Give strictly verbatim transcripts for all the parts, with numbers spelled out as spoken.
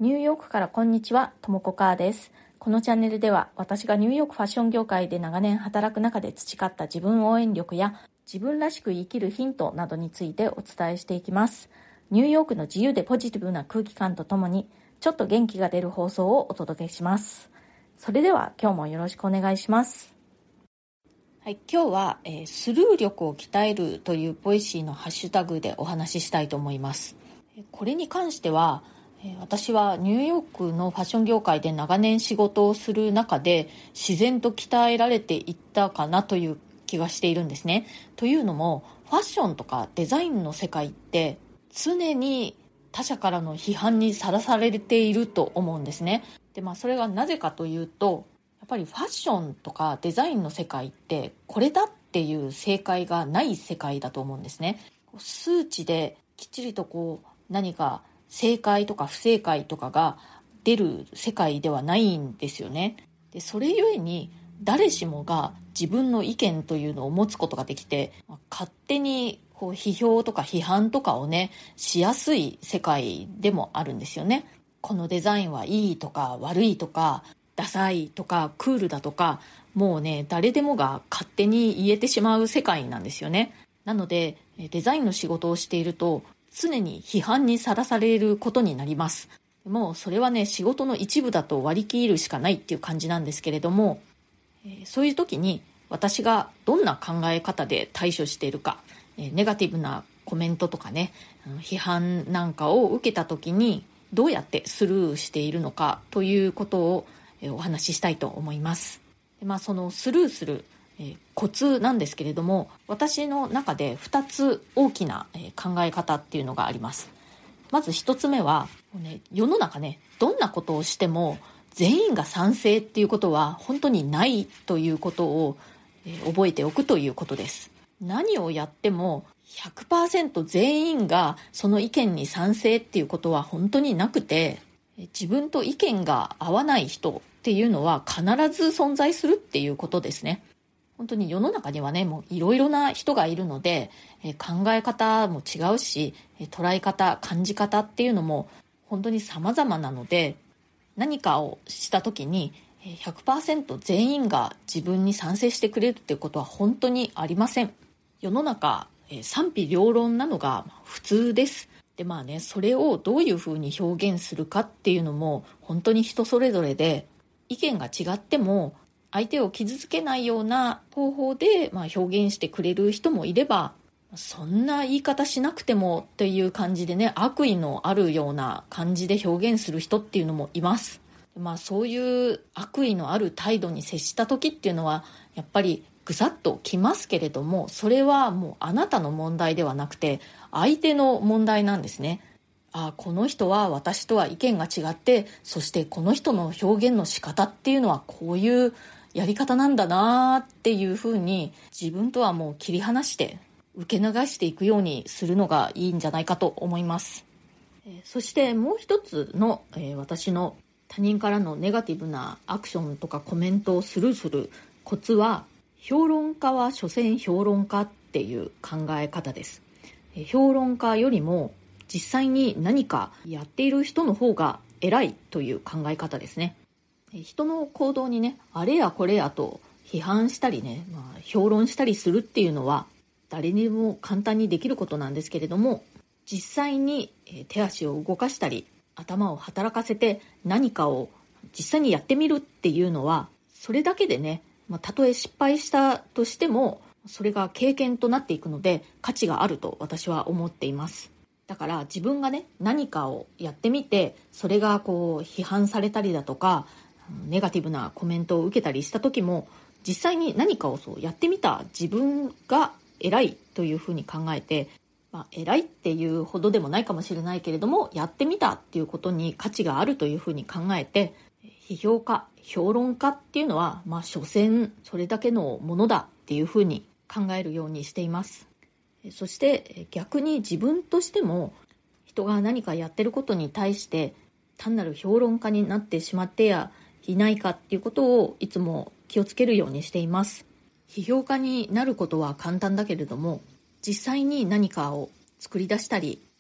ニューヨークからこんにちは、ともこかーです。このチャンネルでは私がニューヨークファッション業界で長年働く中で培った自分応援力や自分らしく生きるヒントなどについてお伝えしていきます。ニューヨークの自由でポジティブな空気感とともにちょっと元気が出る放送をお届けします。それでは今日もよろしくお願いします。はい、今日は、えー、スルー力を鍛えるというボイシーのハッシュタグでお話ししたいと思います。これに関しては私はニューヨークのファッション業界で長年仕事をする中で自然と鍛えられていったかなという気がしているんですね。というのもファッションとかデザインの世界って常に他者からの批判にさらされていると思うんですね。で、まあ、それがなぜかというとやっぱりファッションとかデザインの世界ってこれだっていう正解がない世界だと思うんですね。数値できっちりとこう何か正解とか不正解とかが出る世界ではないんですよね。で、それゆえに誰しもが自分の意見というのを持つことができて、勝手にこう批評とか批判とかをねしやすい世界でもあるんですよね。このデザインはいいとか悪いとかダサいとかクールだとか、もうね誰でもが勝手に言えてしまう世界なんですよね。なのでデザインの仕事をしていると常に批判にさらされることになります。もうそれはね仕事の一部だと割り切るしかないっていう感じなんですけれども、えー、そういう時に私がどんな考え方で対処しているか、えー、ネガティブなコメントとかね批判なんかを受けた時にどうやってスルーしているのかということを、えー、お話ししたいと思います。で、まあ、そのスルーするえー、コツなんですけれども、私の中でふたつ大きな、えー、考え方っていうのがあります。まずひとつめは、ね、世の中ねどんなことをしても全員が賛成っていうことは本当にないということを、えー、覚えておくということです。何をやっても ひゃくパーセント 全員がその意見に賛成っていうことは本当になくて、自分と意見が合わない人っていうのは必ず存在するっていうことですね。本当に世の中にはねもういろいろな人がいるので、え考え方も違うし、捉え方感じ方っていうのも本当に様々なので、何かをした時に ひゃくパーセント 全員が自分に賛成してくれるっていうことは本当にありません。世の中賛否両論なのが普通です。で、まあねそれをどういうふうに表現するかっていうのも本当に人それぞれで、意見が違っても相手を傷つけないような方法で、まあ、表現してくれる人もいれば、そんな言い方しなくてもっていう感じでね悪意のあるような感じで表現する人っていうのもいます。まあ、そういう悪意のある態度に接した時っていうのはやっぱりぐさっときますけれども、それはもうあなたの問題ではなくて相手の問題なんですね。あ、この人は私とは意見が違って、そしてこの人の表現の仕方っていうのはこういうやり方なんだなっていうふうに自分とはもう切り離して受け流していくようにするのがいいんじゃないかと思います。そしてもう一つの、えー、私の他人からのネガティブなアクションとかコメントをスルーするコツは、評論家は所詮評論家っていう考え方です。評論家よりも実際に何かやっている人の方が偉いという考え方ですね。人の行動にねあれやこれやと批判したりね、まあ、評論したりするっていうのは誰にも簡単にできることなんですけれども、実際に手足を動かしたり頭を働かせて何かを実際にやってみるっていうのは、それだけでね、まあ、たとえ失敗したとしてもそれが経験となっていくので価値があると私は思っています。だから自分がね何かをやってみてそれがこう批判されたりだとかネガティブなコメントを受けたりした時も、実際に何かをそうやってみた自分が偉いというふうに考えて、まあ、偉いっていうほどでもないかもしれないけれどもやってみたっていうことに価値があるというふうに考えて、批評家評論家っていうのはまあ所詮それだけのものだっていうふうに考えるようにしています。そして逆に自分としても人が何かやってることに対して単なる評論家になってしまってやいないかっていうことをいつも気をつけるようにしています。批評家になることは簡単だけれども、実際に何かを作り出したり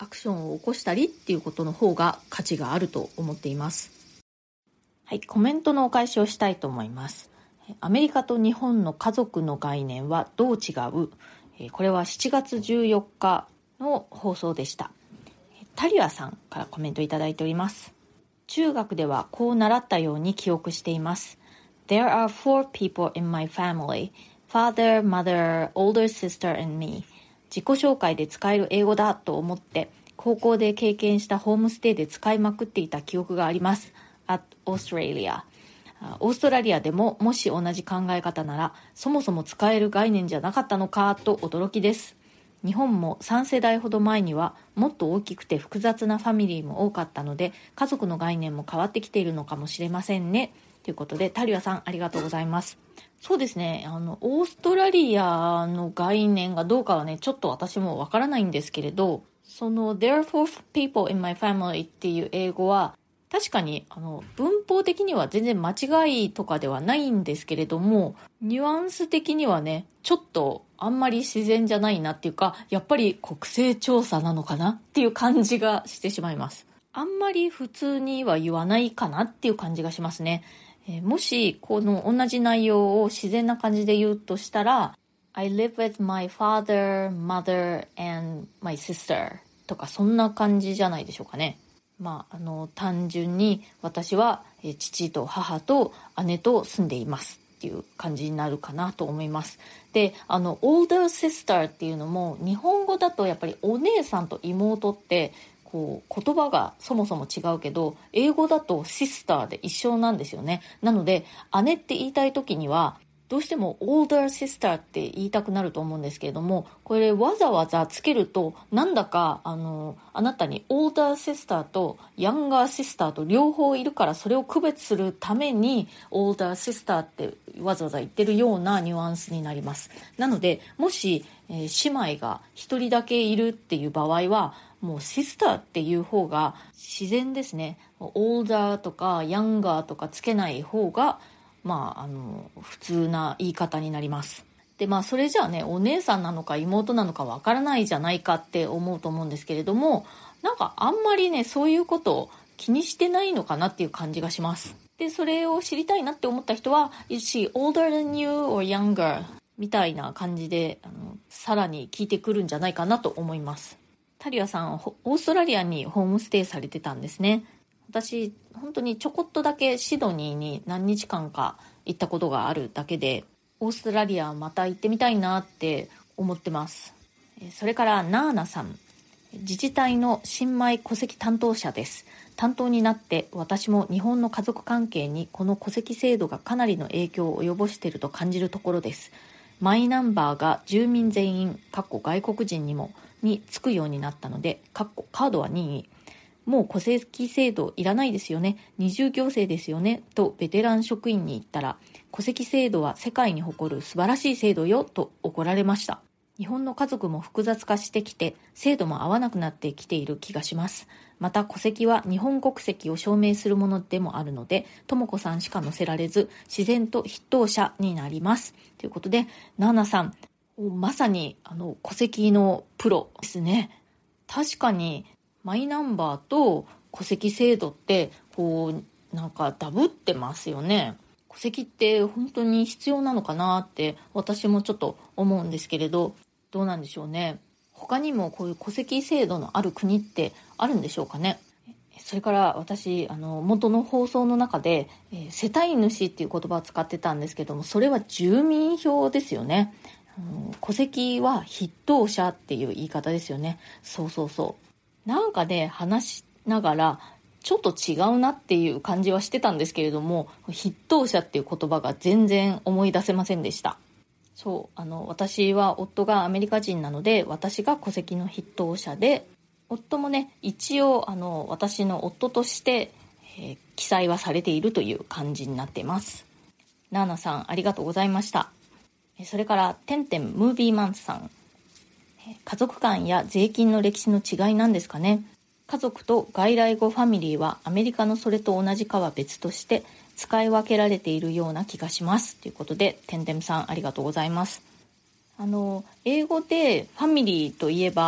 アクションを起こしたりっていうことの方が価値があると思っています。はい、コメントのお返しをしたいと思います。アメリカと日本の家族の概念はどう違う？これはしちがつじゅうよっかの放送でした。タリアさんからコメントいただいております。中学ではこう習ったように記憶しています。There are four people in my family. Father, mother, older sister and me. 自己紹介で使える英語だと思って高校で経験したホームステイで使いまくっていた記憶があります。at Australia。オーストラリアでももし同じ考え方ならそもそも使える概念じゃなかったのかと驚きです。日本もさん世代ほど前にはもっと大きくて複雑なファミリーも多かったので家族の概念も変わってきているのかもしれませんね。ということでタリアさんありがとうございます。そうですね、あのオーストラリアの概念がどうかはねちょっと私もわからないんですけれど、その There are four people in my family っていう英語は確かにあの文法的には全然間違いとかではないんですけれども、ニュアンス的にはねちょっとあんまり自然じゃないなっていうか、やっぱり国勢調査なのかなっていう感じがしてしまいます。あんまり普通には言わないかなっていう感じがしますね。えー、もしこの同じ内容を自然な感じで言うとしたら I live with my father, mother and my sister とかそんな感じじゃないでしょうかね。まあ、あの単純に私は父と母と姉と住んでいますっていう感じになるかなと思います。で、あの older sister っていうのも日本語だとやっぱりお姉さんと妹ってこう言葉がそもそも違うけど英語だと sister で一緒なんですよね。なので姉って言いたい時にはどうしても older sister って言いたくなると思うんですけれども、これわざわざつけるとなんだかあのあなたに older sister と younger sister と両方いるからそれを区別するために older sister ってわざわざ言ってるようなニュアンスになります。なのでもし、えー、姉妹が一人だけいるっていう場合はもう sister っていう方が自然ですね。 older とか younger とかつけない方がまあ、あの普通な言い方になります。で、まあそれじゃあねお姉さんなのか妹なのかわからないじゃないかって思うと思うんですけれども、なんかあんまりねそういうことを気にしてないのかなっていう感じがします。で、それを知りたいなって思った人は Is she older than you or younger? みたいな感じであのさらに聞いてくるんじゃないかなと思います。タリアさんオーストラリアにホームステイされてたんですね。私本当にちょこっとだけシドニーに何日間か行ったことがあるだけでオーストラリアまた行ってみたいなって思ってます。それからナーナさん、自治体の新米戸籍担当者です。担当になって私も日本の家族関係にこの戸籍制度がかなりの影響を及ぼしていると感じるところです。マイナンバーが住民全員外国人にもにつくようになったのでカードは任意、もう戸籍制度いらないですよね、二重行政ですよねとベテラン職員に言ったら、戸籍制度は世界に誇る素晴らしい制度よと怒られました。日本の家族も複雑化してきて制度も合わなくなってきている気がします。また戸籍は日本国籍を証明するものでもあるのでともこさんしか載せられず自然と筆頭者になりますということで、ナーナさんまさにあの戸籍のプロですね。確かにマイナンバーと戸籍制度ってこうなんかダブってますよね。戸籍って本当に必要なのかなって私もちょっと思うんですけれど、どうなんでしょうね。他にもこういう戸籍制度のある国ってあるんでしょうかね。それから私あの元の放送の中で、えー、世帯主っていう言葉を使ってたんですけども、それは住民票ですよね。あの戸籍は筆頭者っていう言い方ですよね。そうそうそう。なんかね話しながらちょっと違うなっていう感じはしてたんですけれども、筆頭者っていう言葉が全然思い出せませんでした。そうあの私は夫がアメリカ人なので私が戸籍の筆頭者で、夫もね一応あの私の夫として、えー、記載はされているという感じになっています。ナーナさんありがとうございました。それからてんてんムービーマンさん、家族間や税金の歴史の違いなんですかね。家族と外来語ファミリーはアメリカのそれと同じかは別として使い分けられているような気がしますということで、てんてんさんありがとうございます。あの英語でファミリーといえば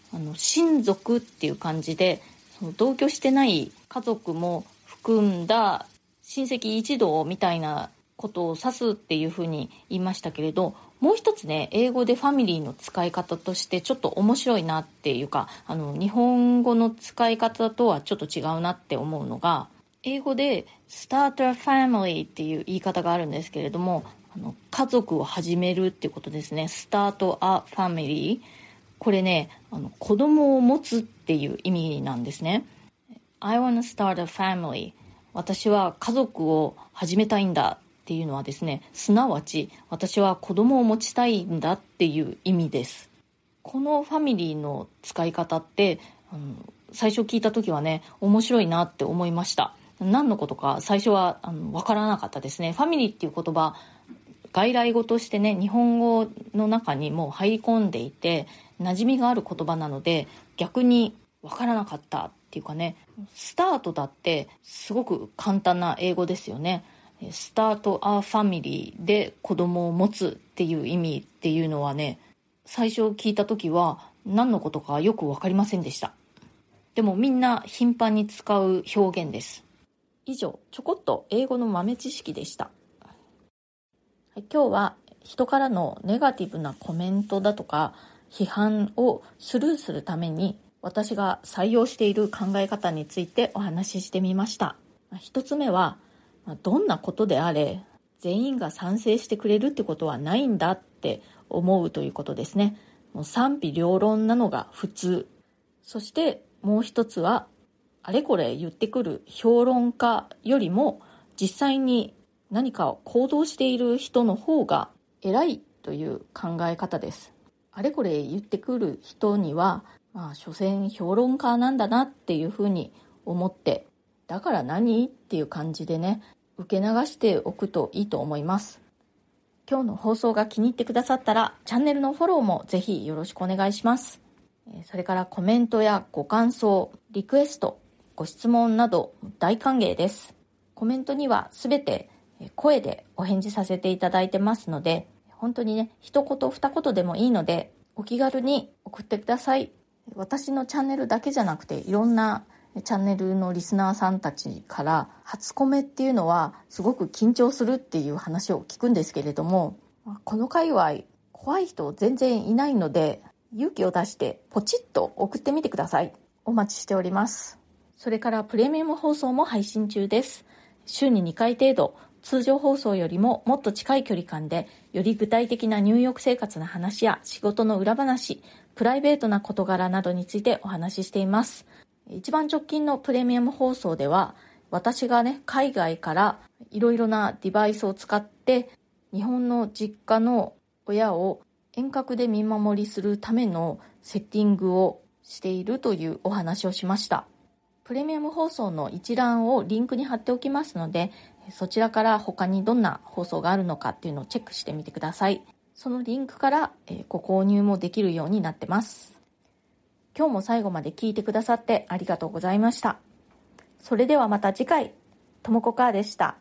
あの親族っていう感じで、その同居してない家族も含んだ親戚一同みたいなことを指すっていうふうに言いましたけれど、もう一つね、英語でファミリーの使い方としてちょっと面白いなっていうか、あの日本語の使い方とはちょっと違うなって思うのが、英語でスタートファミリーっていう言い方があるんですけれども、あの家族を始めるっていうことですね。スタートアファミリー、これね、あの子供を持つっていう意味なんですね。I wanna start a family、 私は家族を始めたいんだっていうのはですね、すなわち私は子供を持ちたいんだっていう意味です。このファミリーの使い方って、あの最初聞いた時はね、面白いなって思いました。何のことか最初はあの分からなかったですね。ファミリーっていう言葉、外来語としてね、日本語の中にもう入り込んでいて馴染みがある言葉なので、逆に分からなかったっていうかね、スタートだってすごく簡単な英語ですよね。スタートアファミリーで子供を持つっていう意味っていうのはね、最初聞いた時は何のことかよく分かりませんでした。でもみんな頻繁に使う表現です。以上、ちょこっと英語の豆知識でした。はい、今日は人からのネガティブなコメントだとか批判をスルーするために私が採用している考え方についてお話ししてみました。一つ目は、どんなことであれ全員が賛成してくれるってことはないんだって思うということですね。もう賛否両論なのが普通。そしてもう一つは、あれこれ言ってくる評論家よりも実際に何かを行動している人の方が偉いという考え方です。あれこれ言ってくる人には、まあ所詮評論家なんだなっていうふうに思って、だから何っていう感じでね、受け流しておくといいと思います。今日の放送が気に入ってくださったら、チャンネルのフォローもぜひよろしくお願いします。それからコメントやご感想、リクエスト、ご質問など大歓迎です。コメントにはすべて声でお返事させていただいてますので、本当にね、一言二言でもいいのでお気軽に送ってください。私のチャンネルだけじゃなくて、いろんなチャンネルのリスナーさんたちから初コメっていうのはすごく緊張するっていう話を聞くんですけれども、この界隈怖い人全然いないので、勇気を出してポチッと送ってみてください。お待ちしております。それからプレミアム放送も配信中です。週ににかい程度、通常放送よりももっと近い距離感で、より具体的な入浴生活の話や仕事の裏話、プライベートな事柄などについてお話ししています。一番直近のプレミアム放送では、私がね、海外からいろいろなデバイスを使って日本の実家の親を遠隔で見守りするためのセッティングをしているというお話をしました。プレミアム放送の一覧をリンクに貼っておきますので、そちらから他にどんな放送があるのかっていうのをチェックしてみてください。そのリンクからご購入もできるようになってます。今日も最後まで聞いてくださってありがとうございました。それではまた次回、ともこかーでした。